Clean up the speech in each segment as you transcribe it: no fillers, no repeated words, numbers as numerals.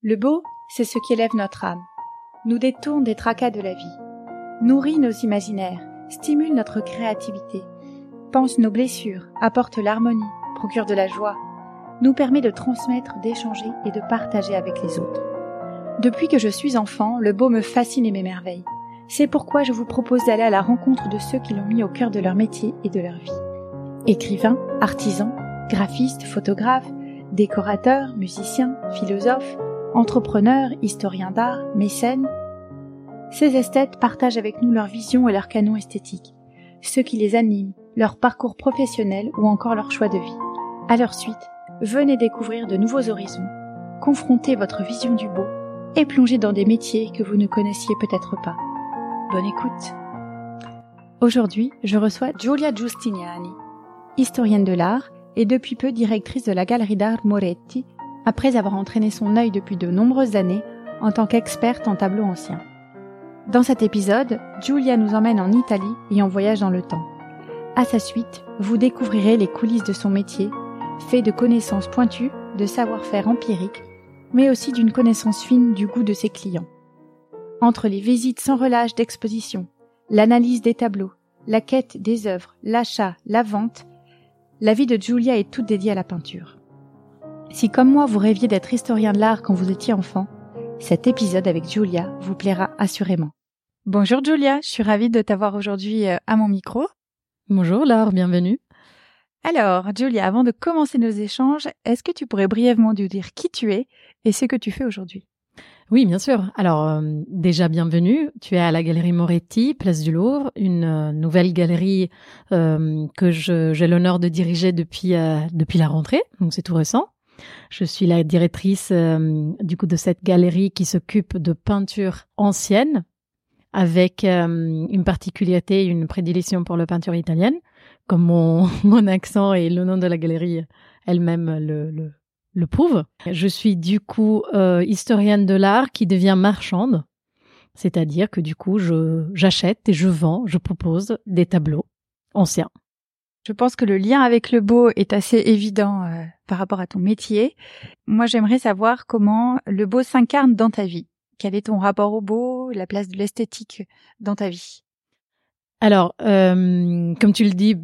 Le beau, c'est ce qui élève notre âme, nous détourne des tracas de la vie, nourrit nos imaginaires, stimule notre créativité, pense nos blessures, apporte l'harmonie, procure de la joie, nous permet de transmettre, d'échanger et de partager avec les autres. Depuis que je suis enfant, le beau me fascine et m'émerveille. C'est pourquoi je vous propose d'aller à la rencontre de ceux qui l'ont mis au cœur de leur métier et de leur vie. Écrivains, artisans, graphistes, photographes, décorateurs, musiciens, philosophes, entrepreneurs, historiens d'art, mécènes. Ces esthètes partagent avec nous leur vision et leur canon esthétique, ceux qui les animent, leur parcours professionnel ou encore leur choix de vie. À leur suite, venez découvrir de nouveaux horizons, confrontez votre vision du beau et plongez dans des métiers que vous ne connaissiez peut-être pas. Bonne écoute. Aujourd'hui, je reçois Giulia Giustiniani, historienne de l'art et depuis peu directrice de la galerie d'art Moretti, après avoir entraîné son œil depuis de nombreuses années en tant qu'experte en tableaux anciens. Dans cet épisode, Giulia nous emmène en Italie et en voyage dans le temps. À sa suite, vous découvrirez les coulisses de son métier, fait de connaissances pointues, de savoir-faire empirique, mais aussi d'une connaissance fine du goût de ses clients. Entre les visites sans relâche d'expositions, l'analyse des tableaux, la quête des œuvres, l'achat, la vente, la vie de Giulia est toute dédiée à la peinture. Si comme moi vous rêviez d'être historien de l'art quand vous étiez enfant, cet épisode avec Giulia vous plaira assurément. Bonjour Giulia, je suis ravie de t'avoir aujourd'hui à mon micro. Bonjour Laure, bienvenue. Alors Giulia, avant de commencer nos échanges, est-ce que tu pourrais brièvement nous dire qui tu es et ce que tu fais aujourd'hui ? Oui, bien sûr. Alors, déjà bienvenue. Tu es à la Galerie Moretti, place du Louvre, une nouvelle galerie que j'ai l'honneur de diriger depuis la rentrée, donc c'est tout récent. Je suis la directrice du coup de cette galerie qui s'occupe de peinture ancienne, avec une particularité, une prédilection pour la peinture italienne, comme mon accent et le nom de la galerie elle-même le prouve. Je suis du coup historienne de l'art qui devient marchande, c'est-à-dire que du coup j'achète et je vends, je propose des tableaux anciens. Je pense que le lien avec le beau est assez évident par rapport à ton métier. Moi, j'aimerais savoir comment le beau s'incarne dans ta vie. Quel est ton rapport au beau, la place de l'esthétique dans ta vie ? Alors, comme tu le dis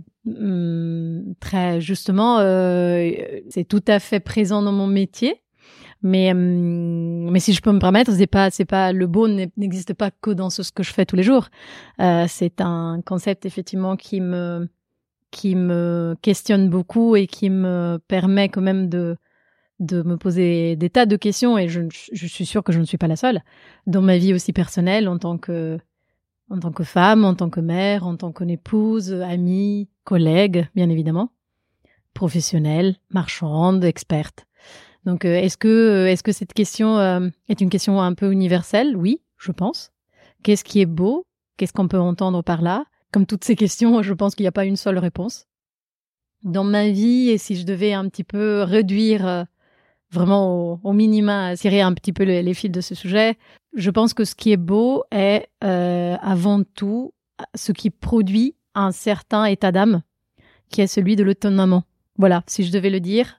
très justement, c'est tout à fait présent dans mon métier. Mais si je peux me permettre, c'est pas le beau n'existe pas que dans ce que je fais tous les jours. C'est un concept effectivement qui me questionne beaucoup et qui me permet quand même de me poser des tas de questions, et je suis sûre que je ne suis pas la seule dans ma vie aussi personnelle en tant que femme, en tant que mère, en tant qu'épouse, amie, collègue, bien évidemment, professionnelle, marchande, experte. Donc, est-ce que cette question est une question un peu universelle ? Oui, je pense. Qu'est-ce qui est beau ? Qu'est-ce qu'on peut entendre par là ? Comme toutes ces questions, je pense qu'il n'y a pas une seule réponse. Dans ma vie, et si je devais un petit peu réduire vraiment au minima, tirer un petit peu les fils de ce sujet, je pense que ce qui est beau est avant tout ce qui produit un certain état d'âme, qui est celui de l'étonnement. Voilà, si je devais le dire,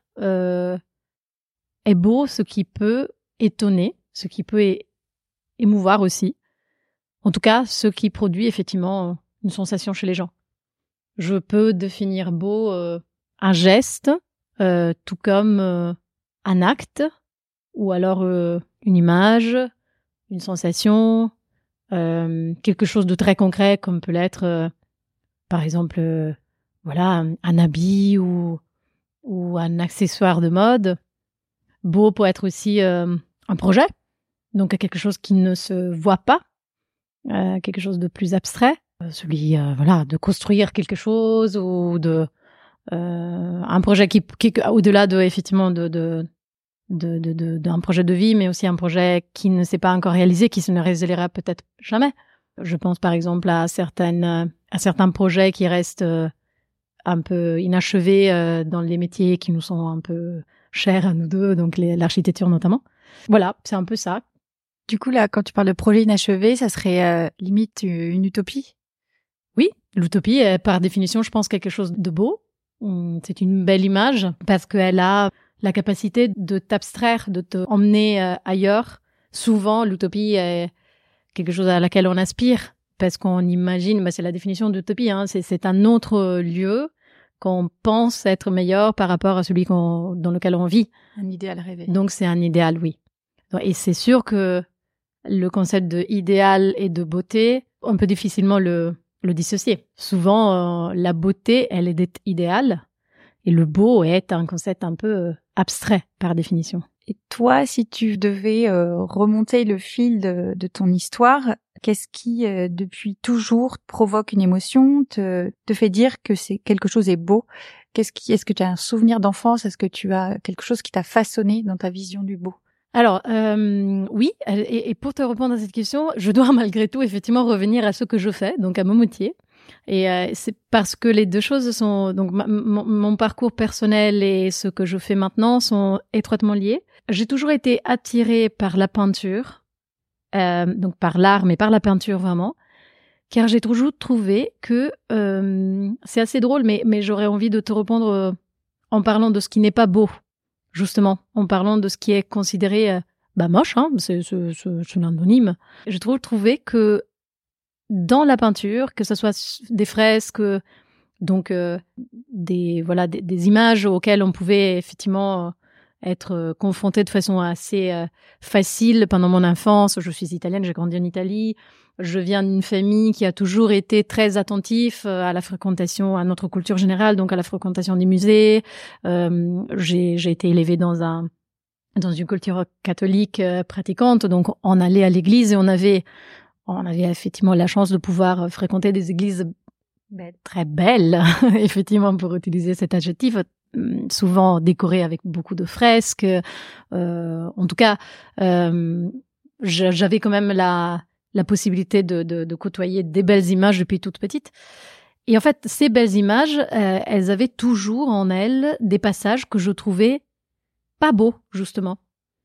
est beau ce qui peut étonner, ce qui peut émouvoir aussi. En tout cas, ce qui produit effectivement une sensation chez les gens. Je peux définir beau un geste, tout comme un acte, ou alors une image, une sensation, quelque chose de très concret comme peut l'être, par exemple, voilà, un habit ou un accessoire de mode. Beau peut être aussi un projet, donc quelque chose qui ne se voit pas, quelque chose de plus abstrait, celui voilà, de construire quelque chose, ou de un projet qui au-delà de effectivement d'un projet de vie, mais aussi un projet qui ne s'est pas encore réalisé, qui se ne réalisera peut-être jamais. Je pense par exemple à certains projets qui restent un peu inachevés dans les métiers qui nous sont un peu chers à nous deux, donc l'architecture notamment. Voilà, c'est un peu ça. Du coup, là, quand tu parles de projet inachevé, ça serait limite une utopie ? Oui, l'utopie est par définition, je pense, quelque chose de beau. C'est une belle image parce qu'elle a la capacité de t'abstraire, de te emmener ailleurs. Souvent, l'utopie est quelque chose à laquelle on aspire parce qu'on imagine, c'est la définition d'utopie, hein, c'est un autre lieu qu'on pense être meilleur par rapport à celui dans lequel on vit. Un idéal rêvé. Donc, c'est un idéal, oui. Et c'est sûr que le concept de idéal et de beauté, on peut difficilement le dissocier. Souvent, la beauté, elle est idéale et le beau est un concept un peu abstrait par définition. Et toi, si tu devais remonter le fil de ton histoire, qu'est-ce qui, depuis toujours, provoque une émotion, te fait dire que quelque chose est beau? Est-ce que tu as un souvenir d'enfance? Est-ce que tu as quelque chose qui t'a façonné dans ta vision du beau? Alors, oui, et pour te répondre à cette question, je dois malgré tout effectivement revenir à ce que je fais, donc à mon métier. Et c'est parce que les deux choses sont, donc mon parcours personnel et ce que je fais maintenant sont étroitement liés. J'ai toujours été attirée par la peinture, donc par l'art, mais par la peinture vraiment, car j'ai toujours trouvé que, c'est assez drôle, mais j'aurais envie de te répondre en parlant de ce qui n'est pas beau. Justement, en parlant de ce qui est considéré moche, hein, c'est synonyme. J'ai toujours trouvé que dans la peinture, que ce soit des fresques, donc des images auxquelles on pouvait effectivement être confronté de façon assez facile pendant mon enfance. Je suis italienne, j'ai grandi en Italie. Je viens d'une famille qui a toujours été très attentif à la fréquentation, à notre culture générale, donc à la fréquentation des musées. J'ai été élevée dans une culture catholique pratiquante, donc on allait à l'église et on avait effectivement la chance de pouvoir fréquenter des églises très belles, effectivement pour utiliser cet adjectif, souvent décorées avec beaucoup de fresques. En tout cas, j'avais quand même la possibilité de côtoyer des belles images depuis toute petite. Et en fait, ces belles images, elles avaient toujours en elles des passages que je trouvais pas beaux, justement.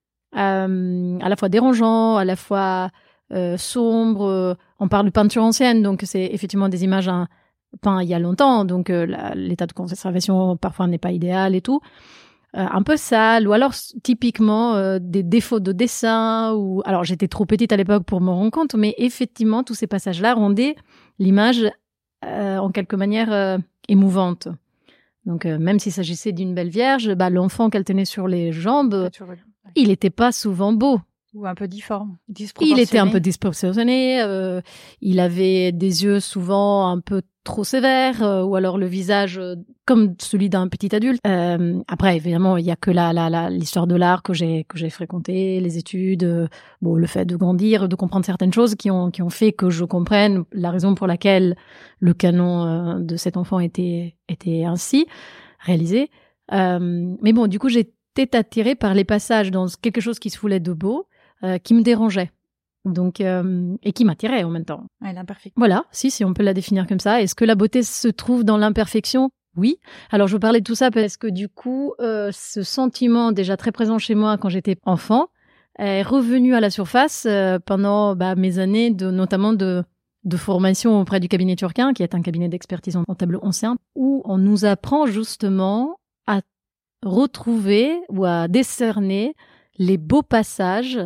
À la fois dérangeants, à la fois sombres. On parle de peinture ancienne, donc c'est effectivement des images peintes il y a longtemps, donc l'état de conservation parfois n'est pas idéal et tout. Un peu sale, ou alors typiquement des défauts de dessin, ou alors j'étais trop petite à l'époque pour me rendre compte, mais effectivement tous ces passages-là rendaient l'image en quelque manière émouvante. Donc même s'il s'agissait d'une belle vierge, l'enfant qu'elle tenait sur les jambes, il n'était pas souvent beau. Ou un peu difforme, il était un peu disproportionné, il avait des yeux souvent un peu trop sévères, ou alors le visage comme celui d'un petit adulte. Après, évidemment, il y a que l'histoire de l'art que j'ai fréquenté, les études, le fait de grandir, de comprendre certaines choses qui ont fait que je comprenne la raison pour laquelle le canon de cet enfant était ainsi réalisé. Mais bon, du coup, j'étais attirée par les passages dans quelque chose qui se voulait de beau, qui me dérangeait, donc et qui m'attirait en même temps. Ouais, l'imperfection. Voilà, si on peut la définir comme ça. Est-ce que la beauté se trouve dans l'imperfection? Oui. Alors je parlais de tout ça parce que du coup, ce sentiment déjà très présent chez moi quand j'étais enfant est revenu à la surface pendant mes années notamment de formation auprès du cabinet Turquin, qui est un cabinet d'expertise en tableau ancien, où on nous apprend justement à retrouver ou à décerner les beaux passages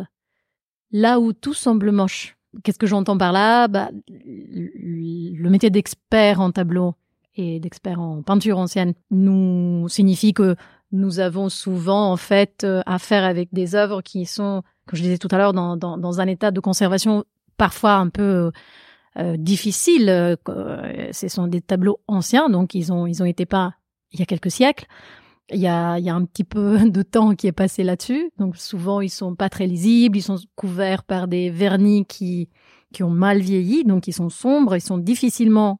là où tout semble moche. Qu'est-ce que j'entends par là? Le métier d'expert en tableau et d'expert en peinture ancienne nous signifie que nous avons souvent en fait affaire avec des œuvres qui sont, comme je disais tout à l'heure, dans un état de conservation parfois un peu difficile. Ce sont des tableaux anciens, donc ils ont été peints il y a quelques siècles. Il y a un petit peu de temps qui est passé là-dessus, donc souvent ils sont pas très lisibles, ils sont couverts par des vernis qui ont mal vieilli, donc ils sont sombres, ils sont difficilement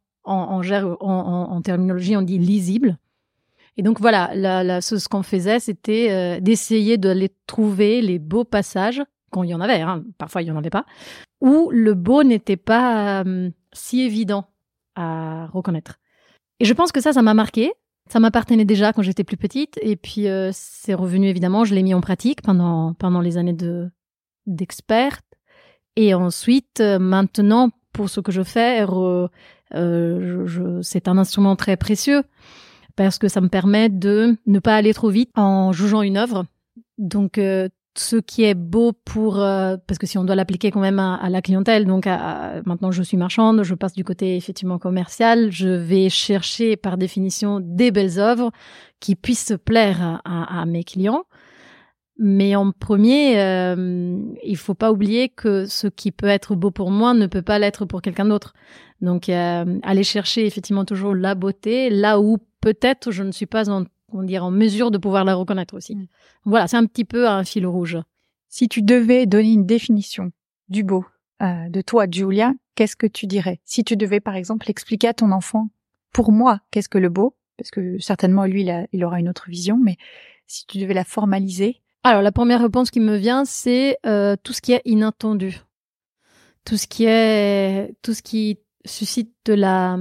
en terminologie on dit lisibles. Et donc voilà, ce qu'on faisait, c'était d'essayer de les trouver les beaux passages quand il y en avait, hein, parfois il y en avait pas, où le beau n'était pas si évident à reconnaître. Et je pense que ça m'a marqué. Ça m'appartenait déjà quand j'étais plus petite, et puis c'est revenu évidemment, je l'ai mis en pratique pendant les années d'experte, et ensuite maintenant pour ce que je fais, c'est un instrument très précieux parce que ça me permet de ne pas aller trop vite en jugeant une œuvre. Donc, ce qui est beau parce que si on doit l'appliquer quand même à la clientèle, donc maintenant je suis marchande, je passe du côté effectivement commercial, je vais chercher par définition des belles œuvres qui puissent plaire à mes clients. Mais en premier, il faut pas oublier que ce qui peut être beau pour moi ne peut pas l'être pour quelqu'un d'autre. Donc, aller chercher effectivement toujours la beauté là où peut-être je ne suis pas en mesure de pouvoir la reconnaître aussi. Voilà, c'est un petit peu un fil rouge. Si tu devais donner une définition du beau de toi, Giulia, qu'est-ce que tu dirais? Si tu devais, par exemple, expliquer à ton enfant, pour moi, qu'est-ce que le beau? Parce que certainement, lui, il aura une autre vision, mais si tu devais la formaliser. Alors, la première réponse qui me vient, c'est tout ce qui est inattendu. Tout ce qui suscite de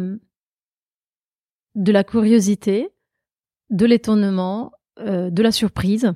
la curiosité, de l'étonnement, de la surprise.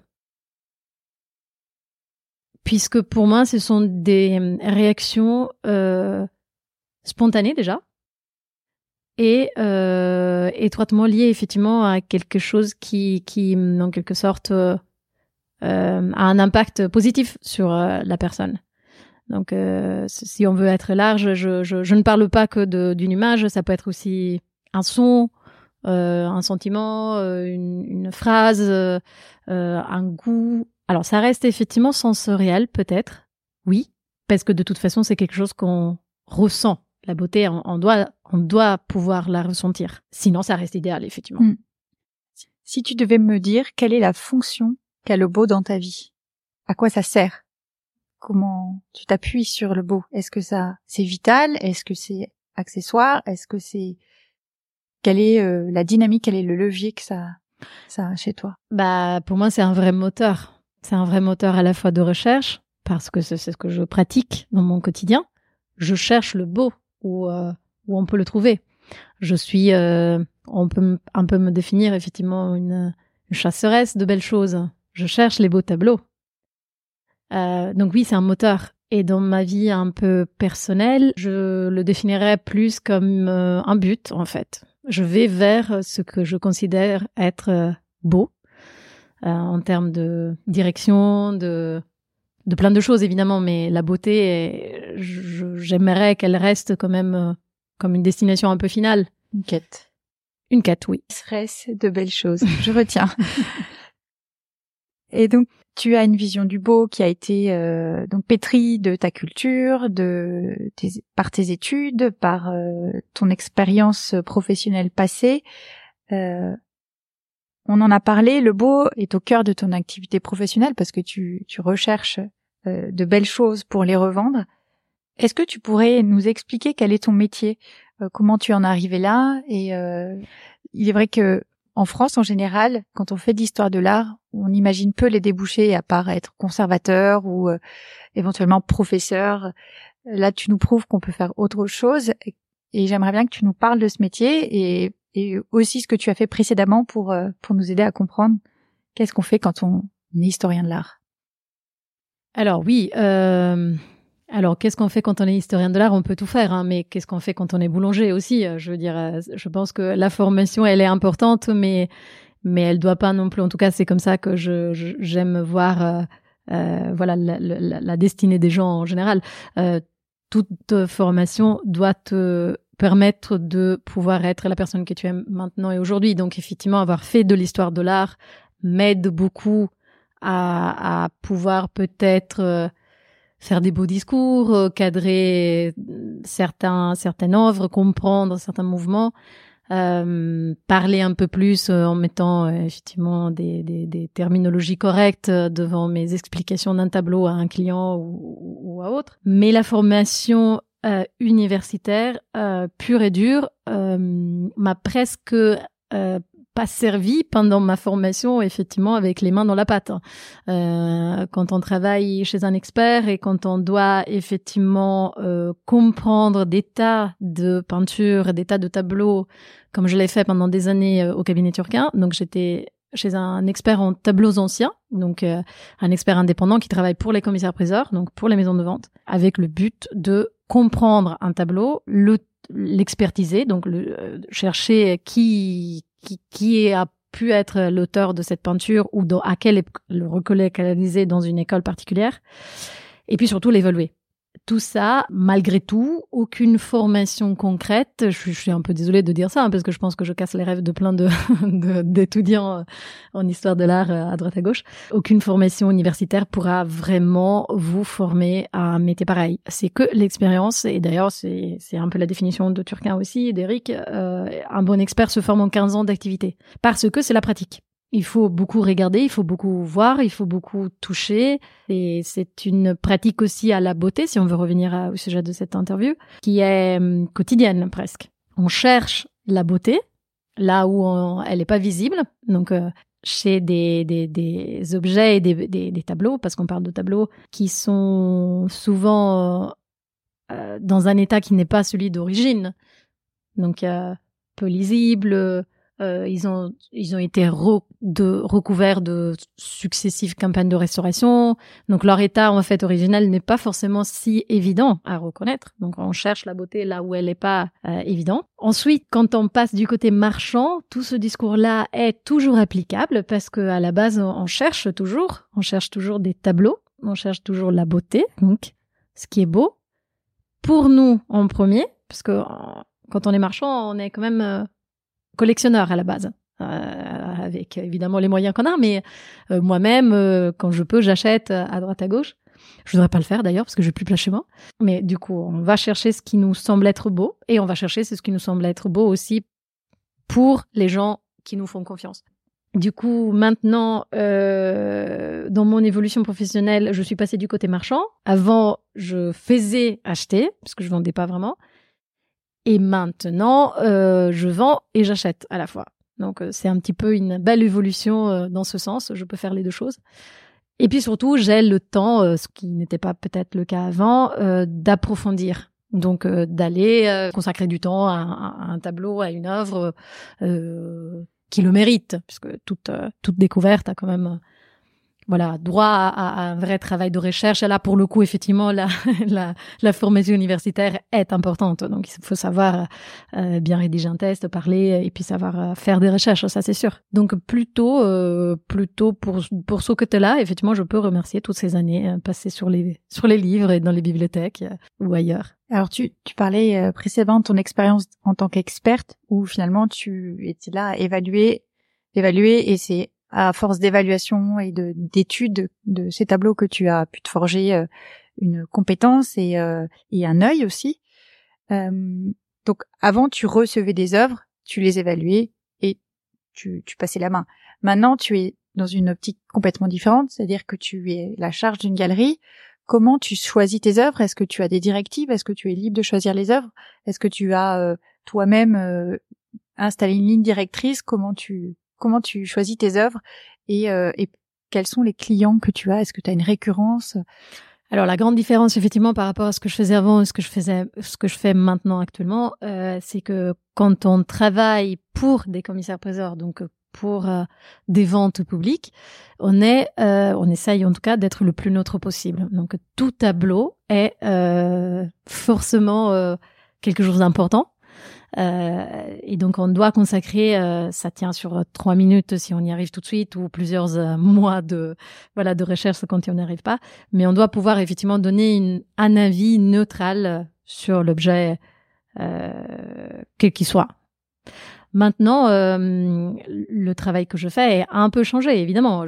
Puisque pour moi, ce sont des réactions spontanées déjà et étroitement liées effectivement à quelque chose qui en quelque sorte a un impact positif sur la personne. Donc, si on veut être large, je ne parle pas que d'une image, ça peut être aussi un son, un sentiment, une phrase, un goût. Alors, ça reste effectivement sensoriel, peut-être, oui, parce que de toute façon, c'est quelque chose qu'on ressent. La beauté, on doit pouvoir la ressentir. Sinon, ça reste idéal, effectivement. Si tu devais me dire quelle est la fonction qu'a le beau dans ta vie, à quoi ça sert? Comment tu t'appuies sur le beau? Est-ce que c'est vital? Est-ce que c'est accessoire? Quelle est la dynamique? Quel est le levier que ça a chez toi? Pour moi, c'est un vrai moteur. C'est un vrai moteur à la fois de recherche, parce que c'est ce que je pratique dans mon quotidien. Je cherche le beau où on peut le trouver. Je suis, on peut un peu me définir effectivement une chasseresse de belles choses. Je cherche les beaux tableaux. Donc oui, c'est un moteur. Et dans ma vie un peu personnelle, je le définirais plus comme un but, en fait. Je vais vers ce que je considère être beau, en termes de direction, de plein de choses, évidemment, mais la beauté, j'aimerais qu'elle reste quand même comme une destination un peu finale. Une quête. Une quête, oui. Serait-ce de belles choses? Je retiens. Et donc, tu as une vision du beau qui a été donc pétrie de ta culture, par tes études, par ton expérience professionnelle passée. On en a parlé, le beau est au cœur de ton activité professionnelle parce que tu recherches de belles choses pour les revendre. Est-ce que tu pourrais nous expliquer quel est ton métier, comment tu en es arrivé là? Et il est vrai que en France, en général, quand on fait de l'histoire de l'art, on imagine peu les débouchés à part être conservateur ou éventuellement professeur. Là, tu nous prouves qu'on peut faire autre chose et j'aimerais bien que tu nous parles de ce métier et aussi ce que tu as fait précédemment pour nous aider à comprendre qu'est-ce qu'on fait quand on est historien de l'art. Alors oui, alors qu'est-ce qu'on fait quand on est historien de l'art? On peut tout faire, hein, mais qu'est-ce qu'on fait quand on est boulanger aussi? Je veux dire, je pense que la formation, elle est importante, mais elle doit pas non plus. En tout cas, c'est comme ça que j'aime voir, voilà, la destinée des gens en général. Toute formation doit te permettre de pouvoir être la personne que tu es maintenant et aujourd'hui. Donc, effectivement, avoir fait de l'histoire de l'art m'aide beaucoup à pouvoir peut-être faire des beaux discours, cadrer certaines œuvres, comprendre certains mouvements, parler un peu plus en mettant effectivement des terminologies correctes devant mes explications d'un tableau à un client ou à autre. Mais la formation universitaire pure et dure m'a presque pas servi pendant ma formation, effectivement, avec les mains dans la pâte. Quand on travaille chez un expert et quand on doit effectivement comprendre des tas de peintures, des tas de tableaux, comme je l'ai fait pendant des années au cabinet Turquin. Donc, j'étais chez un expert en tableaux anciens, donc un expert indépendant qui travaille pour les commissaires-priseurs, donc pour les maisons de vente, avec le but de comprendre un tableau, l'expertiser, donc chercher qui qui a pu être l'auteur de cette peinture ou à quel le relocaliser dans une école particulière. Et puis surtout l'évaluer. Tout ça, malgré tout, aucune formation concrète. Je suis un peu désolée de dire ça, parce que je pense que je casse les rêves de plein d'étudiants en histoire de l'art à droite à gauche. Aucune formation universitaire pourra vraiment vous former à un métier pareil. C'est que l'expérience, et d'ailleurs c'est un peu la définition de Turquin aussi, d'Éric, un bon expert se forme en 15 ans d'activité. Parce que c'est la pratique. Il faut beaucoup regarder, il faut beaucoup voir, il faut beaucoup toucher. Et c'est une pratique aussi à la beauté, si on veut revenir au sujet de cette interview, qui est quotidienne presque. On cherche la beauté là où elle n'est pas visible. Donc, chez des objets et des tableaux, parce qu'on parle de tableaux qui sont souvent dans un état qui n'est pas celui d'origine. Donc, peu lisible. Ils ont été recouverts de successives campagnes de restauration. Donc leur état en fait original n'est pas forcément si évident à reconnaître. Donc on cherche la beauté là où elle n'est pas évidente. Ensuite, quand on passe du côté marchand, tout ce discours-là est toujours applicable parce que à la base on cherche toujours des tableaux, on cherche toujours la beauté. Donc ce qui est beau pour nous en premier, parce que quand on est marchand, on est quand même collectionneur à la base, avec évidemment les moyens qu'on a, mais moi-même, quand je peux, j'achète à droite à gauche. Je voudrais pas le faire d'ailleurs parce que j'ai plus de place chez moi. Mais du coup, on va chercher ce qui nous semble être beau et on va chercher ce qui nous semble être beau aussi pour les gens qui nous font confiance. Du coup, maintenant, dans mon évolution professionnelle, je suis passée du côté marchand. Avant, je faisais acheter parce que je vendais pas vraiment. Et maintenant, je vends et j'achète à la fois. Donc, c'est un petit peu une belle évolution dans ce sens. Je peux faire les deux choses. Et puis surtout, j'ai le temps, ce qui n'était pas peut-être le cas avant, d'approfondir. Donc, d'aller consacrer du temps à un tableau, à une œuvre qui le mérite. Puisque toute découverte a quand même... droit à un vrai travail de recherche. Et là, pour le coup, effectivement, la formation universitaire est importante. Donc, il faut savoir bien rédiger un test, parler et puis savoir faire des recherches, ça c'est sûr. Donc, plutôt pour ce côté-là, effectivement, je peux remercier toutes ces années passées sur les livres et dans les bibliothèques ou ailleurs. Alors, tu parlais précédemment de ton expérience en tant qu'experte, où finalement tu étais là à évaluer, et c'est à force d'évaluation et d'études de ces tableaux que tu as pu te forger une compétence et un œil aussi. Donc avant, tu recevais des œuvres, tu les évaluais et tu passais la main. Maintenant, tu es dans une optique complètement différente, c'est-à-dire que tu es la charge d'une galerie. Comment tu choisis tes œuvres? Est-ce que tu as des directives? Est-ce que tu es libre de choisir les œuvres? Est-ce que tu as toi-même installé une ligne directrice? Comment tu choisis tes œuvres et quels sont les clients que tu as? Est-ce que tu as une récurrence? Alors la grande différence effectivement par rapport à ce que je faisais avant et ce que je fais maintenant actuellement, c'est que quand on travaille pour des commissaires-priseurs, donc pour des ventes publiques, on essaye en tout cas d'être le plus neutre possible. Donc tout tableau est forcément quelque chose d'important. Et donc on doit consacrer, ça tient sur 3 minutes si on y arrive tout de suite ou plusieurs mois de recherche quand on n'y arrive pas, mais on doit pouvoir effectivement donner un avis neutral sur l'objet quel qu'il soit. Maintenant, le travail que je fais a un peu changé évidemment.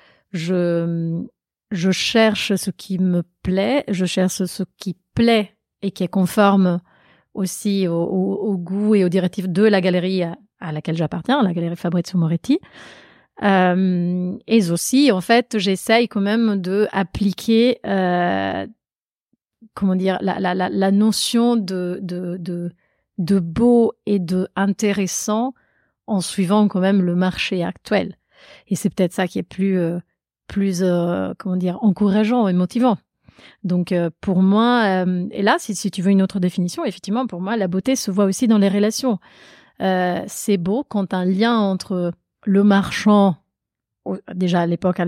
Je cherche ce qui me plaît, je cherche ce qui plaît et qui est conforme aussi au goût et aux directives de la galerie à laquelle j'appartiens, la galerie Fabrizio Moretti. Et aussi, en fait, j'essaye quand même de appliquer, la notion de beau et de intéressant en suivant quand même le marché actuel. Et c'est peut-être ça qui est plus encourageant et motivant. Donc pour moi, et là si tu veux une autre définition, effectivement pour moi la beauté se voit aussi dans les relations. C'est beau quand un lien entre le marchand, déjà à l'époque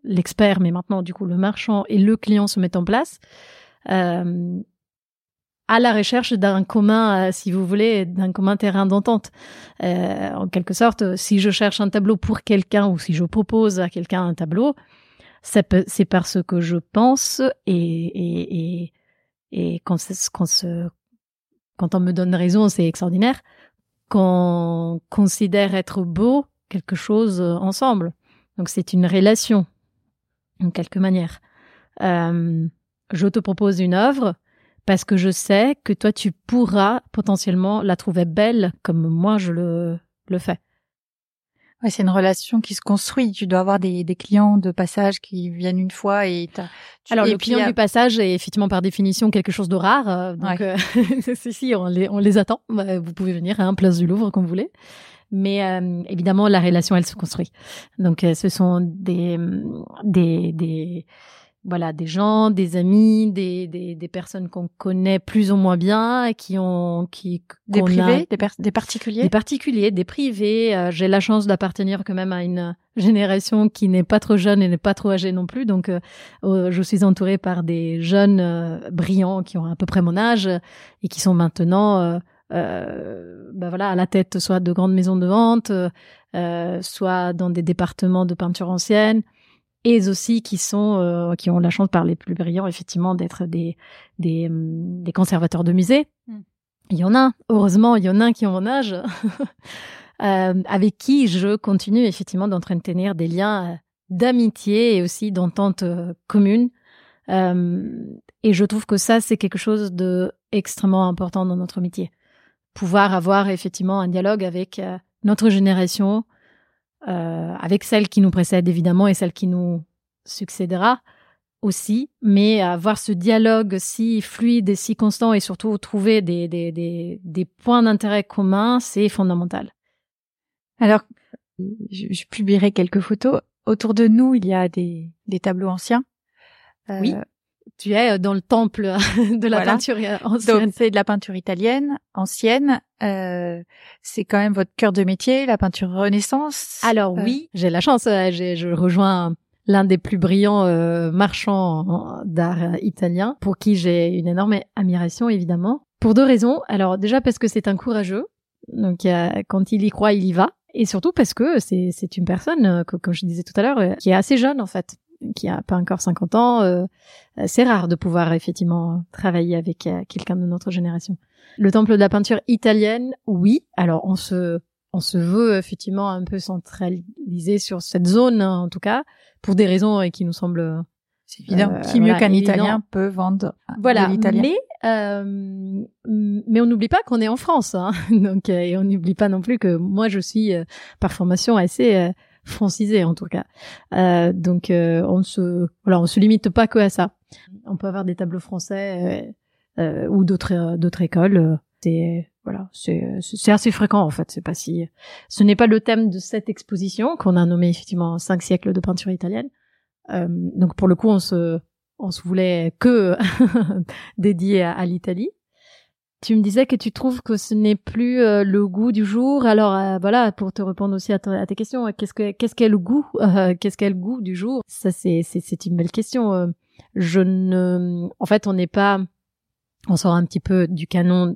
l'expert, mais maintenant du coup le marchand et le client se met en place, à la recherche d'un commun, si vous voulez, d'un commun terrain d'entente. En quelque sorte, si je cherche un tableau pour quelqu'un ou si je propose à quelqu'un un tableau, c'est parce que je pense et quand on me donne raison, c'est extraordinaire, qu'on considère être beau quelque chose ensemble. Donc c'est une relation, en quelque manière. Je te propose une œuvre parce que je sais que toi, tu pourras potentiellement la trouver belle comme moi, je le fais. Ouais, c'est une relation qui se construit. Tu dois avoir des clients de passage qui viennent une fois et alors le client du passage est effectivement par définition quelque chose de rare. Donc si, on les attend. Vous pouvez venir à Place du Louvre comme vous voulez. Mais évidemment, la relation, elle se construit. Donc ce sont des gens, des amis, des personnes qu'on connaît plus ou moins bien, des privés, des particuliers, des privés. J'ai la chance d'appartenir quand même à une génération qui n'est pas trop jeune et n'est pas trop âgée non plus. Donc, je suis entourée par des jeunes brillants qui ont à peu près mon âge et qui sont maintenant, à la tête soit de grandes maisons de vente, soit dans des départements de peinture ancienne. Et aussi qui ont la chance par les plus brillants effectivement d'être des conservateurs de musées. Il y en a, heureusement, il y en a qui ont mon âge, avec qui je continue effectivement d'entretenir des liens d'amitié et aussi d'entente commune. Et je trouve que ça, c'est quelque chose de extrêmement important dans notre métier. Pouvoir avoir effectivement un dialogue avec notre génération, avec celle qui nous précède évidemment et celle qui nous succédera aussi, mais avoir ce dialogue si fluide et si constant et surtout trouver des points d'intérêt communs, c'est fondamental. Alors, je publierai quelques photos. Autour de nous, il y a des tableaux anciens. Oui. Tu es dans le temple de la peinture ancienne. Donc, c'est de la peinture italienne, ancienne. C'est quand même votre cœur de métier, la peinture Renaissance. Alors oui, j'ai la chance. Je rejoins l'un des plus brillants marchands d'art italien, pour qui j'ai une énorme admiration, évidemment. Pour 2 raisons. Alors déjà parce que c'est un courageux. Donc quand il y croit, il y va. Et surtout parce que c'est une personne, comme je disais tout à l'heure, qui est assez jeune en fait, qui a pas encore 50 ans. C'est rare de pouvoir effectivement travailler avec quelqu'un de notre génération. Le temple de la peinture italienne, oui. Alors on se veut effectivement un peu centralisé sur cette zone, hein, en tout cas, pour des raisons qui nous semblent... C'est évident. Qui mieux qu'un Italien peut vendre de l'italien. Mais on n'oublie pas qu'on est en France, hein. Donc, et on n'oublie pas non plus que moi, je suis par formation assez francisée, en tout cas. Donc, on se limite pas que à ça. On peut avoir des tableaux français ou d'autres écoles. C'est assez fréquent en fait. Ce n'est pas le thème de cette exposition qu'on a nommé effectivement 5 siècles de peinture italienne. Donc pour le coup, on se voulait que dédié à l'Italie. Tu me disais que tu trouves que ce n'est plus le goût du jour. Alors pour te répondre aussi à tes questions, qu'est-ce qu'est le goût qu'est-ce qu'est le goût du jour? Ça c'est une belle question. En fait, on sort un petit peu du canon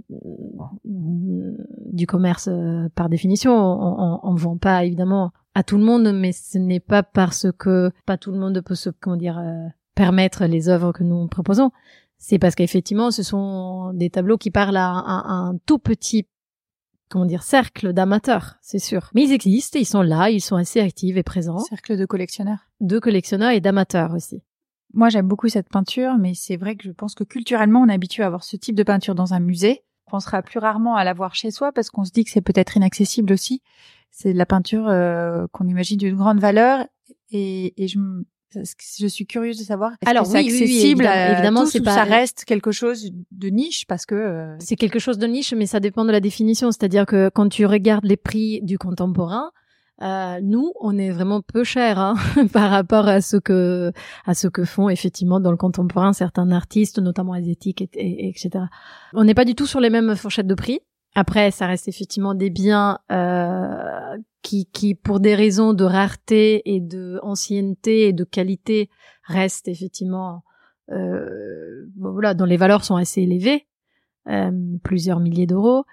du commerce par définition. On vend pas évidemment à tout le monde, mais ce n'est pas parce que pas tout le monde peut se permettre les œuvres que nous proposons. C'est parce qu'effectivement, ce sont des tableaux qui parlent à un tout petit cercle d'amateurs, c'est sûr. Mais ils existent, ils sont là, ils sont assez actifs et présents. Cercle de collectionneurs. De collectionneurs et d'amateurs aussi. Moi, j'aime beaucoup cette peinture, mais c'est vrai que je pense que culturellement, on est habitué à avoir ce type de peinture dans un musée. On pensera plus rarement à la voir chez soi parce qu'on se dit que c'est peut-être inaccessible aussi. C'est de la peinture qu'on imagine d'une grande valeur et je suis curieuse de savoir est-ce que c'est accessible évidemment, à tous, ça reste quelque chose de niche parce que c'est quelque chose de niche, mais ça dépend de la définition. C'est-à-dire que quand tu regardes les prix du contemporain, nous, on est vraiment peu cher hein, par rapport à ce que font effectivement dans le contemporain certains artistes, notamment asiatiques, etc. On n'est pas du tout sur les mêmes fourchettes de prix. Après, ça reste effectivement des biens qui, pour des raisons de rareté et de ancienneté et de qualité, restent effectivement, dont les valeurs sont assez élevées. plusieurs milliers d'euros.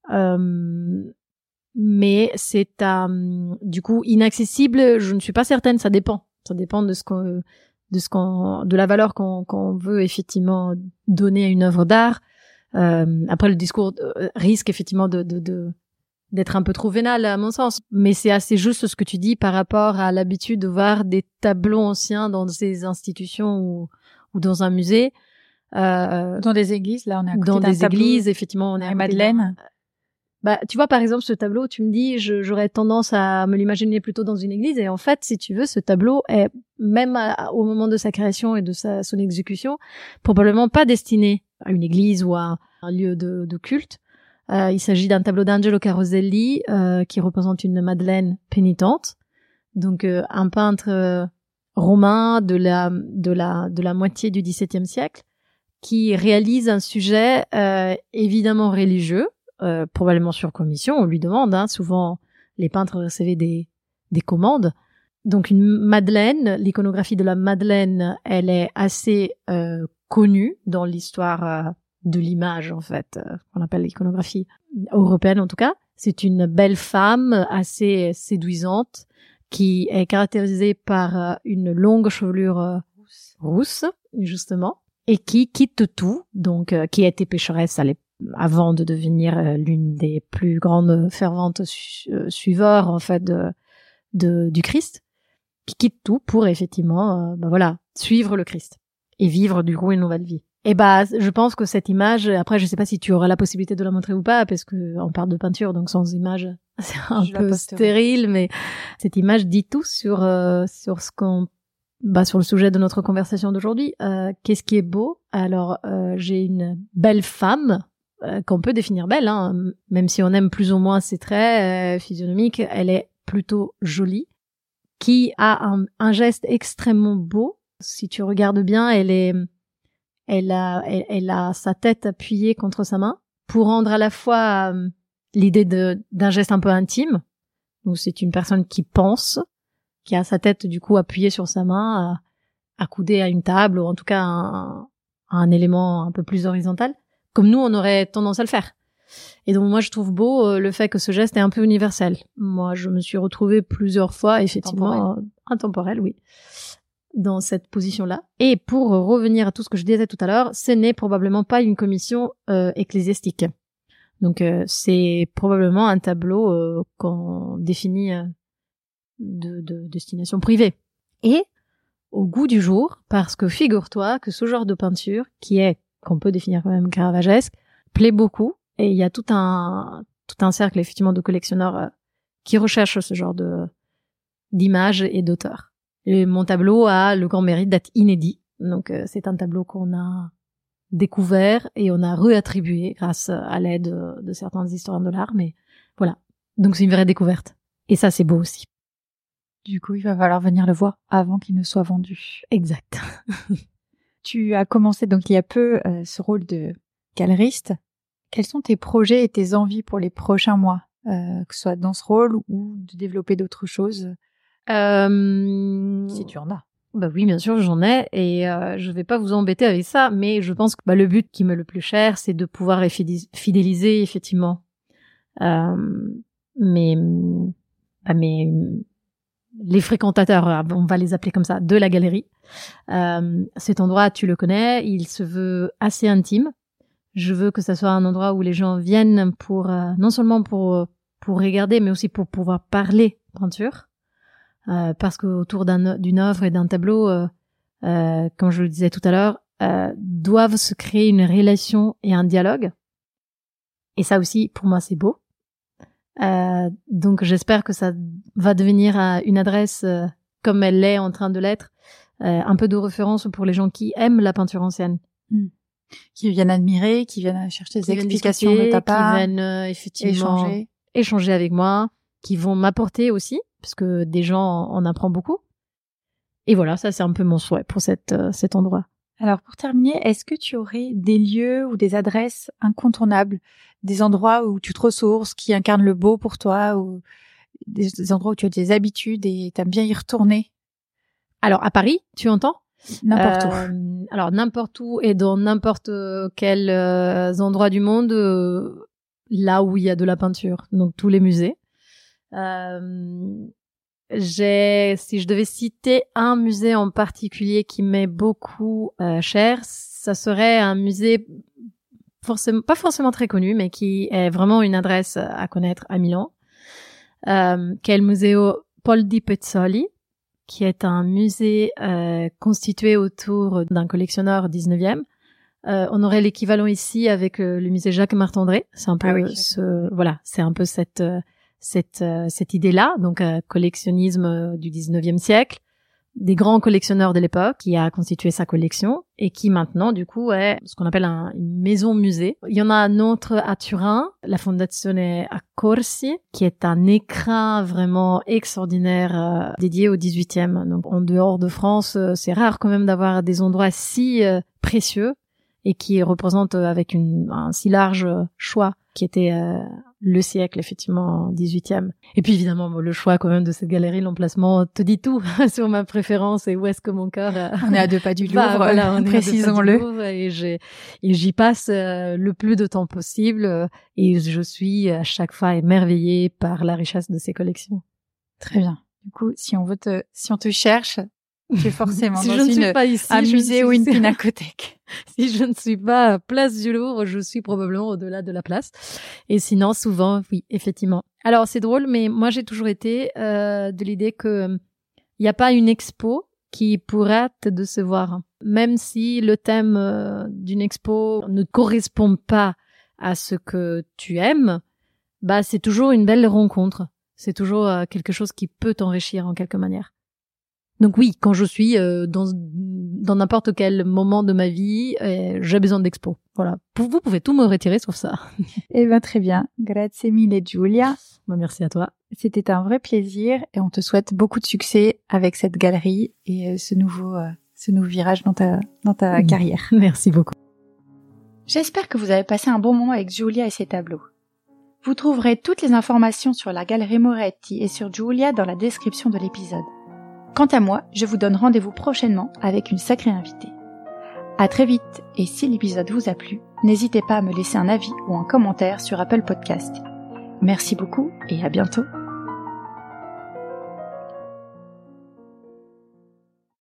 Mais c'est du coup inaccessible. Je ne suis pas certaine. Ça dépend de la valeur qu'on veut effectivement donner à une œuvre d'art. Après, le discours risque effectivement d'être un peu trop vénal à mon sens, mais c'est assez juste ce que tu dis par rapport à l'habitude de voir des tableaux anciens dans des institutions ou dans un musée. Dans des églises, là on est à côté dans d'un des tableau églises, effectivement, on est à Madeleine. Tu vois, par exemple, ce tableau, tu me dis, j'aurais tendance à me l'imaginer plutôt dans une église. Et en fait, si tu veux, ce tableau est, même au moment de sa création et de son exécution, probablement pas destiné à une église ou à un lieu de culte. Il s'agit d'un tableau d'Angelo Caroselli, qui représente une Madeleine pénitente. Donc, un peintre romain de la moitié du XVIIe siècle, qui réalise un sujet, évidemment religieux, probablement sur commission, on lui demande, souvent les peintres recevaient des commandes. Donc une Madeleine, l'iconographie de la Madeleine, elle est assez connue dans l'histoire de l'image en fait, qu'on appelle l'iconographie européenne en tout cas. C'est une belle femme assez séduisante qui est caractérisée par une longue chevelure rousse justement, et qui quitte tout, donc qui a été pécheresse avant de devenir l'une des plus grandes ferventes suiveurs en fait du Christ, qui quitte tout pour effectivement suivre le Christ et vivre du coup une nouvelle vie. Et je pense que cette image, après je sais pas si tu auras la possibilité de la montrer ou pas, parce que on parle de peinture, donc sans image c'est un peu stérile, mais cette image dit tout sur ce qu'on sur le sujet de notre conversation d'aujourd'hui. Qu'est-ce qui est beau? Alors j'ai une belle femme qu'on peut définir belle, même si on aime plus ou moins ses traits physionomiques, elle est plutôt jolie, qui a un geste extrêmement beau. Si tu regardes bien, elle a sa tête appuyée contre sa main pour rendre à la fois l'idée d'un geste un peu intime. Donc c'est une personne qui pense, qui a sa tête du coup appuyée sur sa main, accoudée à une table, ou en tout cas à un élément un peu plus horizontal, comme nous on aurait tendance à le faire. Et donc moi je trouve beau le fait que ce geste est un peu universel. Moi je me suis retrouvée plusieurs fois effectivement intemporelle, oui, dans cette position-là. Et pour revenir à tout ce que je disais tout à l'heure, ce n'est probablement pas une commission ecclésiastique. Donc c'est probablement un tableau qu'on définit de destination privée. Et au goût du jour, parce que figure-toi que ce genre de peinture, qu'on peut définir quand même caravagesque, plaît beaucoup, et il y a tout un cercle effectivement de collectionneurs qui recherchent ce genre d'images et d'auteurs. Et mon tableau a le grand mérite d'être inédit, donc c'est un tableau qu'on a découvert et on a réattribué grâce à l'aide de certains historiens de l'art, mais voilà. Donc c'est une vraie découverte. Et ça c'est beau aussi. Du coup, il va falloir venir le voir avant qu'il ne soit vendu. Exact. Tu as commencé donc il y a peu ce rôle de galeriste. Quels sont tes projets et tes envies pour les prochains mois, que ce soit dans ce rôle ou de développer d'autres choses, si tu en as? Oui, bien sûr, j'en ai, et je vais pas vous embêter avec ça, mais je pense que le but qui m'est le plus cher, c'est de pouvoir fidéliser effectivement les fréquentateurs, on va les appeler comme ça, de la galerie. Cet endroit, tu le connais, il se veut assez intime. Je veux que ça soit un endroit où les gens viennent pour non seulement pour regarder, mais aussi pour pouvoir parler peinture. Parce qu'autour d'une œuvre et d'un tableau, comme je le disais tout à l'heure, doivent se créer une relation et un dialogue. Et ça aussi, pour moi, c'est beau. Donc j'espère que ça va devenir une adresse, comme elle l'est en train de l'être, un peu de référence pour les gens qui aiment la peinture ancienne. Qui viennent admirer, qui viennent chercher des explications de ta part, qui viennent effectivement échanger avec moi, qui vont m'apporter aussi, parce que des gens en apprennent beaucoup. Et voilà, ça c'est un peu mon souhait pour cet endroit. Alors pour terminer, est-ce que tu aurais des lieux ou des adresses incontournables, des endroits où tu te ressources, qui incarnent le beau pour toi, ou des endroits où tu as des habitudes et t'aimes bien y retourner? Alors à Paris, tu entends? N'importe où. Alors n'importe où et dans n'importe quel endroit du monde, là où il y a de la peinture, donc tous les musées. Si je devais citer un musée en particulier qui m'est beaucoup cher, ça serait un musée pas forcément très connu, mais qui est vraiment une adresse à connaître à Milan, qui est le Museo Poldi Pezzoli, qui est un musée constitué autour d'un collectionneur 19e. On aurait l'équivalent ici avec le musée Jacques Martandré. C'est un peu c'est un peu cette idée-là, donc collectionnisme du 19e siècle, des grands collectionneurs de l'époque qui a constitué sa collection et qui maintenant du coup est ce qu'on appelle une maison musée. Il y en a un autre à Turin, la Fondazione Accorsi, qui est un écrin vraiment extraordinaire dédié au 18e. Donc en dehors de France, c'est rare quand même d'avoir des endroits si précieux et qui représentent avec un si large choix qui était le siècle, effectivement, 18e. Et puis, évidemment, le choix, quand même, de cette galerie, l'emplacement te dit tout sur ma préférence et où est-ce que mon cœur... On est à 2 pas du Louvre, précisons-le. Et j'y passe le plus de temps possible et je suis à chaque fois émerveillée par la richesse de ces collections. Très bien. Du coup, si on te cherche, tu es forcément si dans je ne suis pas ici, un musée ou une pinacothèque. Si je ne suis pas à Place du Louvre, je suis probablement au-delà de la place. Et sinon, souvent, oui, effectivement. Alors, c'est drôle, mais moi, j'ai toujours été de l'idée que il n'y a pas une expo qui pourrait te décevoir. Même si le thème d'une expo ne correspond pas à ce que tu aimes, bah, c'est toujours une belle rencontre. C'est toujours quelque chose qui peut t'enrichir en quelque manière. Donc oui, quand je suis dans n'importe quel moment de ma vie, j'ai besoin d'expo. Voilà. Vous pouvez tout me retirer sauf ça. Eh ben très bien. Grazie mille Giulia. Merci à toi. C'était un vrai plaisir et on te souhaite beaucoup de succès avec cette galerie et ce nouveau virage dans ta carrière. Merci beaucoup. J'espère que vous avez passé un bon moment avec Giulia et ses tableaux. Vous trouverez toutes les informations sur la galerie Moretti et sur Giulia dans la description de l'épisode. Quant à moi, je vous donne rendez-vous prochainement avec une sacrée invitée. À très vite, et si l'épisode vous a plu, n'hésitez pas à me laisser un avis ou un commentaire sur Apple Podcast. Merci beaucoup et à bientôt.